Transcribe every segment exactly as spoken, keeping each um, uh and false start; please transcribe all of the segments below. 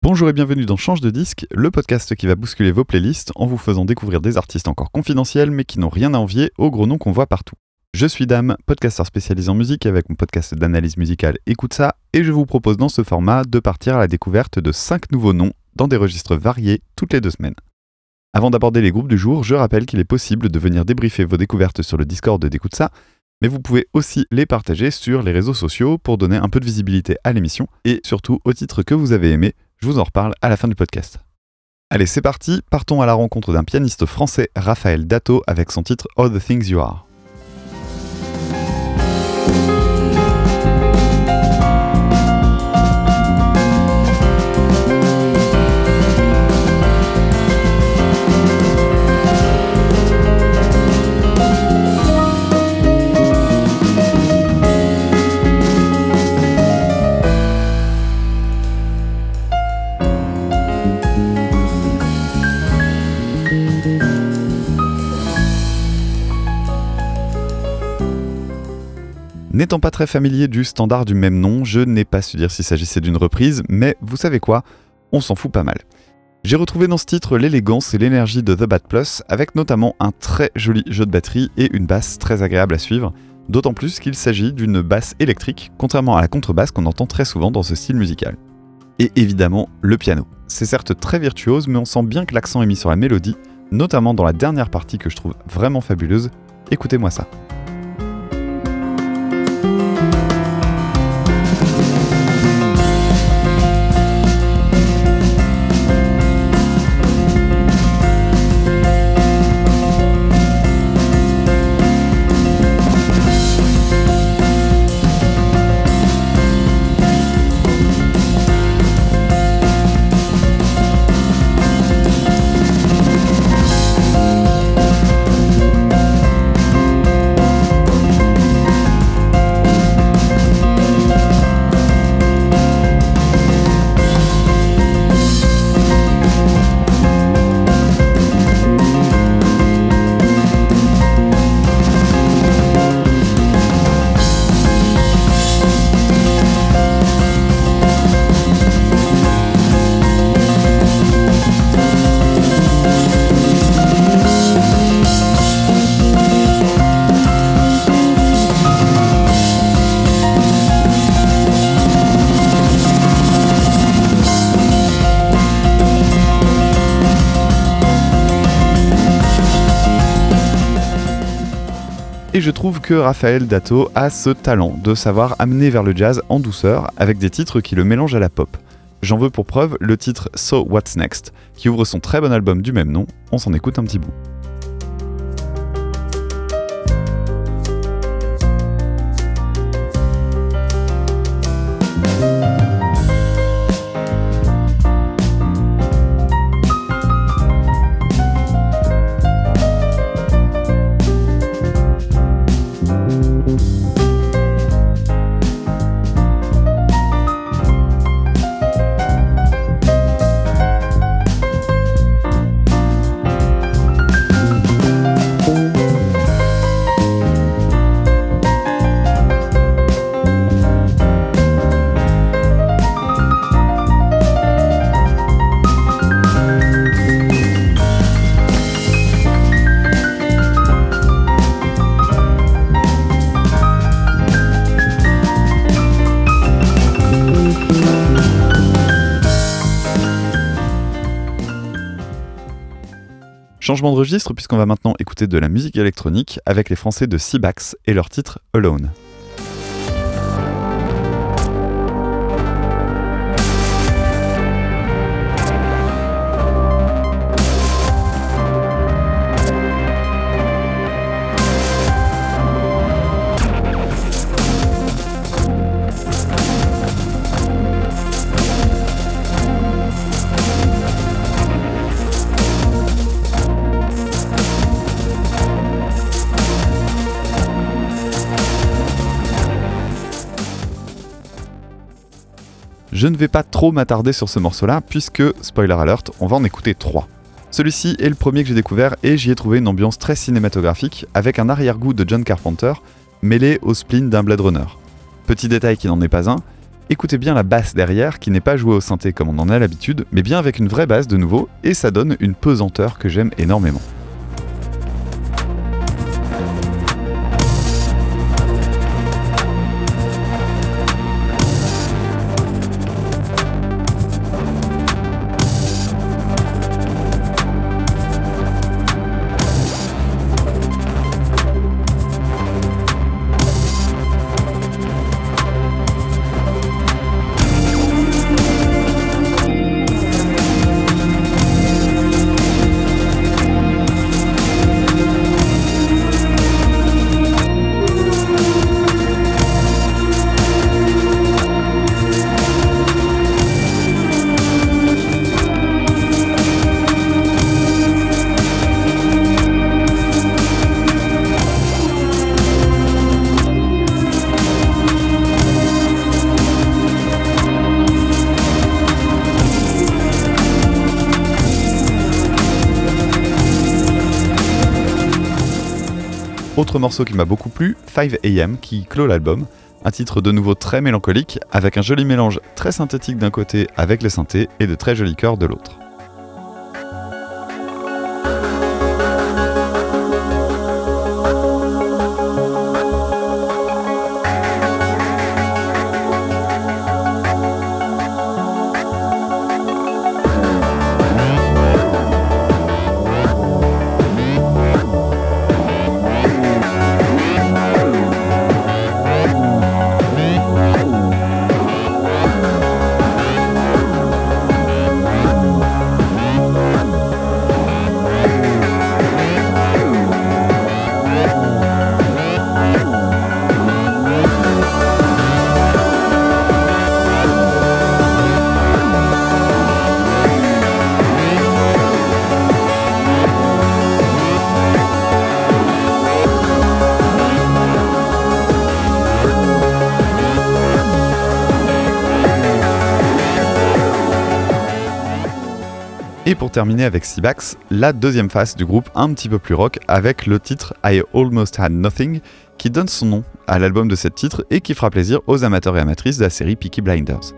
Bonjour et bienvenue dans Change de disque, le podcast qui va bousculer vos playlists en vous faisant découvrir des artistes encore confidentiels mais qui n'ont rien à envier aux gros noms qu'on voit partout. Je suis Dame, podcasteur spécialisé en musique avec mon podcast d'analyse musicale Écoute ça, et je vous propose dans ce format de partir à la découverte de cinq nouveaux noms dans des registres variés toutes les deux semaines. Avant d'aborder les groupes du jour, je rappelle qu'il est possible de venir débriefer vos découvertes sur le Discord d'Écoute ça, mais vous pouvez aussi les partager sur les réseaux sociaux pour donner un peu de visibilité à l'émission et surtout aux titres que vous avez aimés. Je vous en reparle à la fin du podcast. Allez, c'est parti, partons à la rencontre d'un pianiste français, Raphaël Dato, avec son titre All the Things You Are. N'étant pas très familier du standard du même nom, je n'ai pas su dire s'il s'agissait d'une reprise, mais vous savez quoi, on s'en fout pas mal. J'ai retrouvé dans ce titre l'élégance et l'énergie de The Bad Plus, avec notamment un très joli jeu de batterie et une basse très agréable à suivre, d'autant plus qu'il s'agit d'une basse électrique, contrairement à la contrebasse qu'on entend très souvent dans ce style musical. Et évidemment, le piano. C'est certes très virtuose, mais on sent bien que l'accent est mis sur la mélodie, notamment dans la dernière partie que je trouve vraiment fabuleuse. Écoutez-moi ça. Et je trouve que Raphaël Dato a ce talent de savoir amener vers le jazz en douceur avec des titres qui le mélangent à la pop. J'en veux pour preuve le titre So What's Next, qui ouvre son très bon album du même nom, on s'en écoute un petit bout. Changement de registre puisqu'on va maintenant écouter de la musique électronique avec les Français de Seabax et leur titre Alone. Je ne vais pas trop m'attarder sur ce morceau-là, puisque, spoiler alert, on va en écouter trois. Celui-ci est le premier que j'ai découvert et j'y ai trouvé une ambiance très cinématographique, avec un arrière-goût de John Carpenter, mêlé au spleen d'un Blade Runner. Petit détail qui n'en est pas un, Écoutez bien la basse derrière qui n'est pas jouée au synthé comme on en a l'habitude, mais bien avec une vraie basse de nouveau, et ça donne une pesanteur que j'aime énormément. Autre morceau qui m'a beaucoup plu, five a m qui clôt l'album, un titre de nouveau très mélancolique, avec un joli mélange très synthétique d'un côté avec le synthé et de très jolis chœurs de l'autre. Et pour terminer avec Seabax, la deuxième face du groupe un petit peu plus rock avec le titre I Almost Had Nothing qui donne son nom à l'album de ce titre et qui fera plaisir aux amateurs et amatrices de la série Peaky Blinders.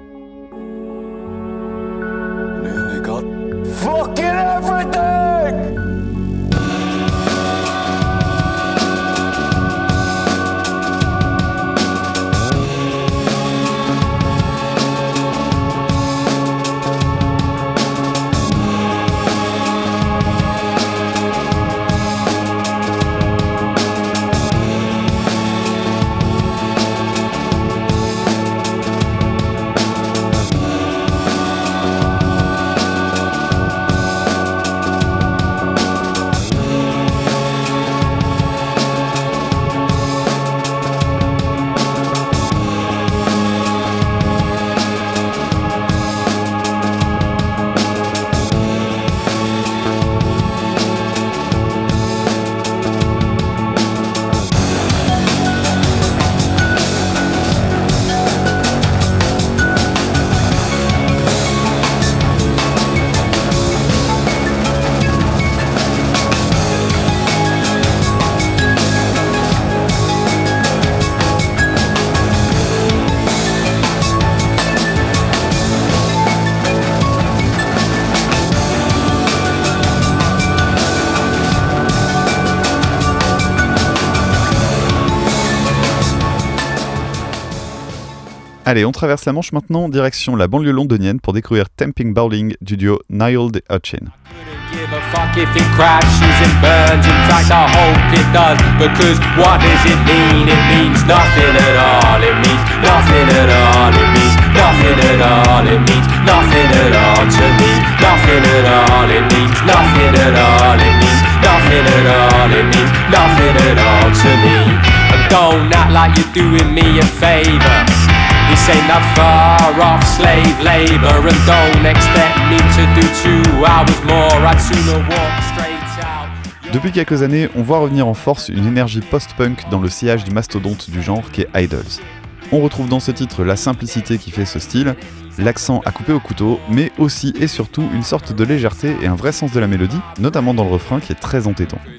Allez, on traverse la Manche maintenant, direction la banlieue londonienne pour découvrir Temping Bowling du duo Niall de Hutchin. Give a fuck if it crashes and burns. In fact, I hope it does. Because what does it mean? It means nothing at all. It means nothing at all. It means nothing at all. It means nothing at all to me. Nothing at all. It means nothing at all. It means nothing at all. It means nothing at all to me. And don't act like you're doing me a favour. This ain't that far off slave labour. And don't expect me to do two hours more. I'd sooner walk straight out. Depuis quelques années, on voit revenir en force une énergie post-punk dans le sillage du mastodonte du genre qu'est Idols. On retrouve dans ce titre la simplicité qui fait ce style, l'accent à couper au couteau, mais aussi et surtout une sorte de légèreté et un vrai sens de la mélodie, notamment dans le refrain qui est très entêtant.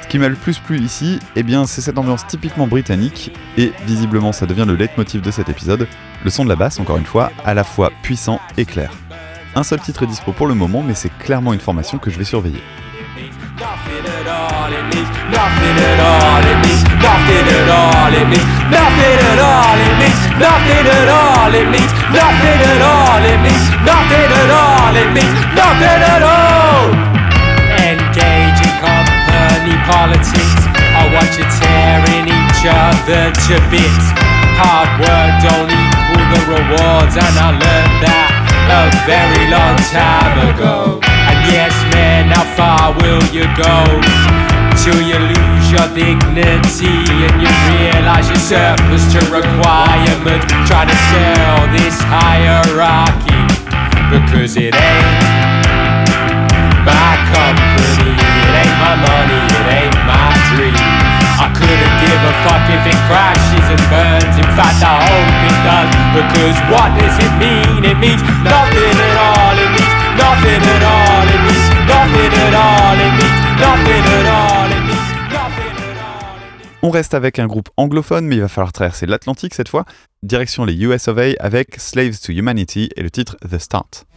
Ce qui m'a le plus plu ici, eh bien, c'est cette ambiance typiquement britannique, et visiblement ça devient le leitmotiv de cet épisode, le son de la basse, encore une fois, à la fois puissant et clair. Un seul titre est dispo pour le moment, mais c'est clairement une formation que je vais surveiller. Nothing at all, it means nothing at all, it means nothing at all, it means nothing at all, it means nothing at all, it means nothing at all, it means nothing at all, it means nothing at all. Engage in company politics, I watch you tearing each other to bits. Hard work don't equal the rewards, and I learned that a very long time ago. And yes man, how far will you go till you lose your dignity and you realise you're surplus to requirement? Try to sell this hierarchy because it ain't my company, it ain't my money, it ain't my dream. I couldn't give a fuck if it crashes and burns. In fact, I hope it does, because what does it mean? It means nothing at all. It means nothing at all. It means nothing at all. It means nothing at all. It means nothing at all. On reste avec un groupe anglophone, mais il va falloir traverser l'Atlantique cette fois. Direction les U S of A avec Slaves to Humanity et le titre The Start.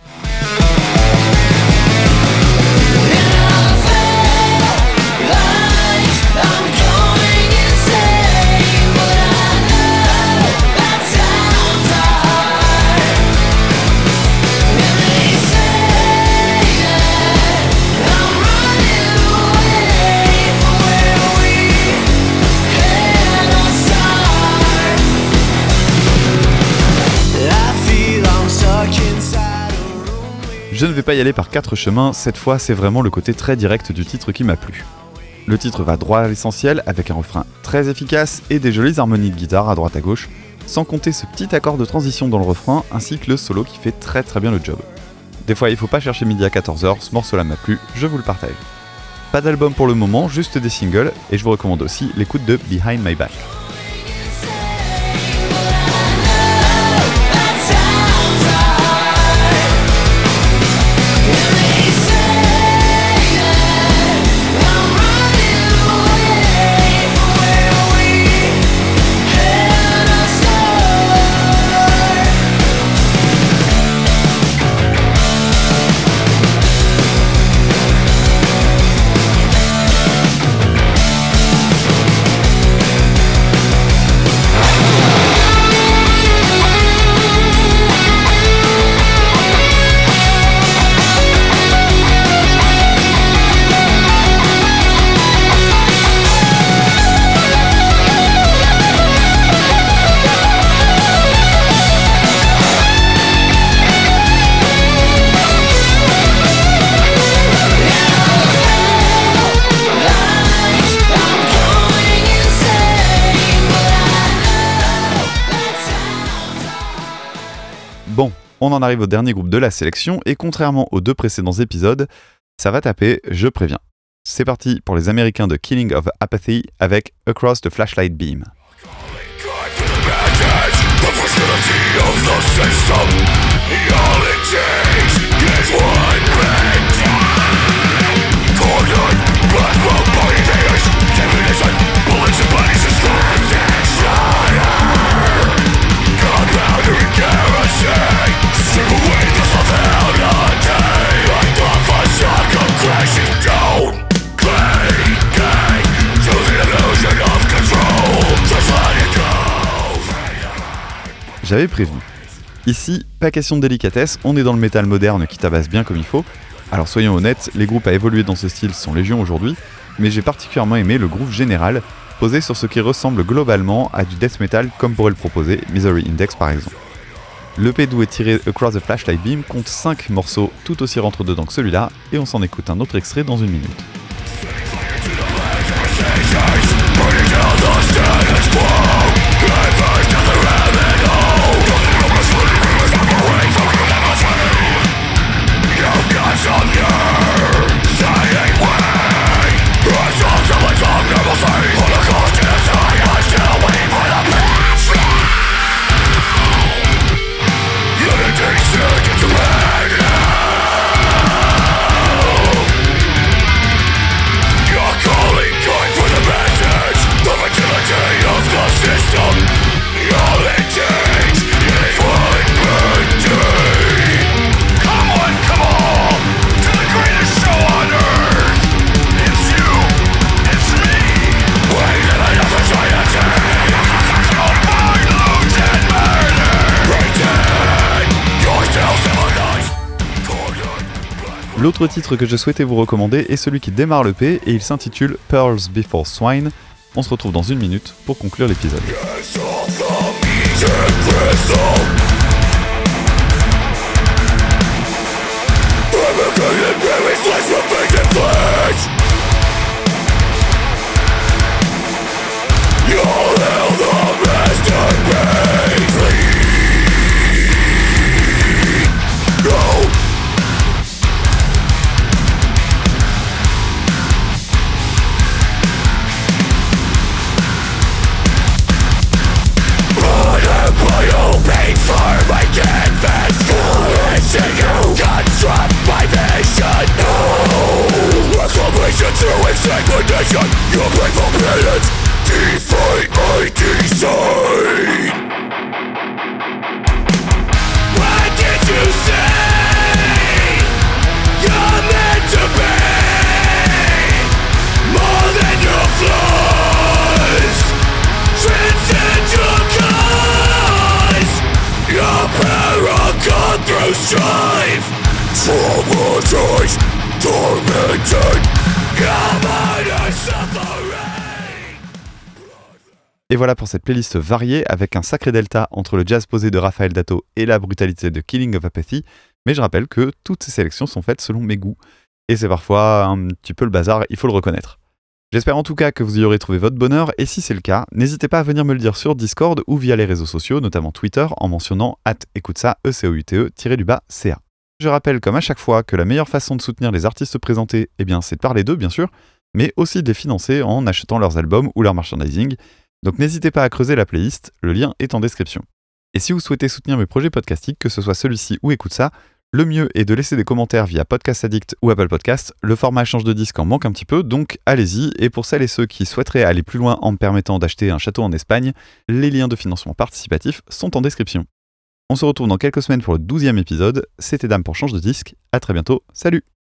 Je ne vais pas y aller par quatre chemins, cette fois c'est vraiment le côté très direct du titre qui m'a plu. Le titre va droit à l'essentiel avec un refrain très efficace et des jolies harmonies de guitare à droite à gauche, sans compter ce petit accord de transition dans le refrain ainsi que le solo qui fait très très bien le job. Des fois il faut pas chercher midi à quatorze heures, ce morceau là m'a plu, je vous le partage. Pas d'album pour le moment, juste des singles, et je vous recommande aussi l'écoute de Behind My Back. Bon, on en arrive au dernier groupe de la sélection, et contrairement aux deux précédents épisodes, ça va taper, je préviens. C'est parti pour les Américains de Killing of Apathy avec Across the Flashlight Beam. J'avais prévu. Ici, pas question de délicatesse, on est dans le métal moderne qui tabasse bien comme il faut. Alors soyons honnêtes, les groupes à évoluer dans ce style sont légion aujourd'hui, mais j'ai particulièrement aimé le groove général, posé sur ce qui ressemble globalement à du death metal comme pourrait le proposer Misery Index par exemple. Le L'E P d'où est tiré Across the Flashlight Beam compte cinq morceaux tout aussi rentre-dedans que celui-là, et on s'en écoute un autre extrait dans une minute. You're calling, calling. L'autre titre que je souhaitais vous recommander est celui qui démarre le P et il s'intitule Pearls Before Swine. On se retrouve dans une minute pour conclure l'épisode. Through exsanguination, your painful penance, defeat my design. What did you say? You're meant to be more than your flaws. Transcend your cause. Your paragon through strife. Traumatized, tormented. Et voilà pour cette playlist variée avec un sacré delta entre le jazz posé de Raphaël Dato et la brutalité de Killing of Apathy, mais je rappelle que toutes ces sélections sont faites selon mes goûts, et c'est parfois un petit peu le bazar, il faut le reconnaître. J'espère en tout cas que vous y aurez trouvé votre bonheur, et si c'est le cas, n'hésitez pas à venir me le dire sur Discord ou via les réseaux sociaux, notamment Twitter, en mentionnant arobase écoute ça, E C O U T E tiré du bas C A. Je rappelle comme à chaque fois que la meilleure façon de soutenir les artistes présentés, eh bien, c'est de parler d'eux bien sûr, mais aussi de les financer en achetant leurs albums ou leur merchandising. Donc n'hésitez pas à creuser la playlist, le lien est en description. Et si vous souhaitez soutenir mes projets podcastiques, que ce soit celui-ci ou Écoute ça, le mieux est de laisser des commentaires via Podcast Addict ou Apple Podcast. Le format échange de disques en manque un petit peu, donc allez-y. Et pour celles et ceux qui souhaiteraient aller plus loin en me permettant d'acheter un château en Espagne, les liens de financement participatif sont en description. On se retrouve dans quelques semaines pour le douzième épisode. C'était Dame pour Change de Disque. À très bientôt. Salut!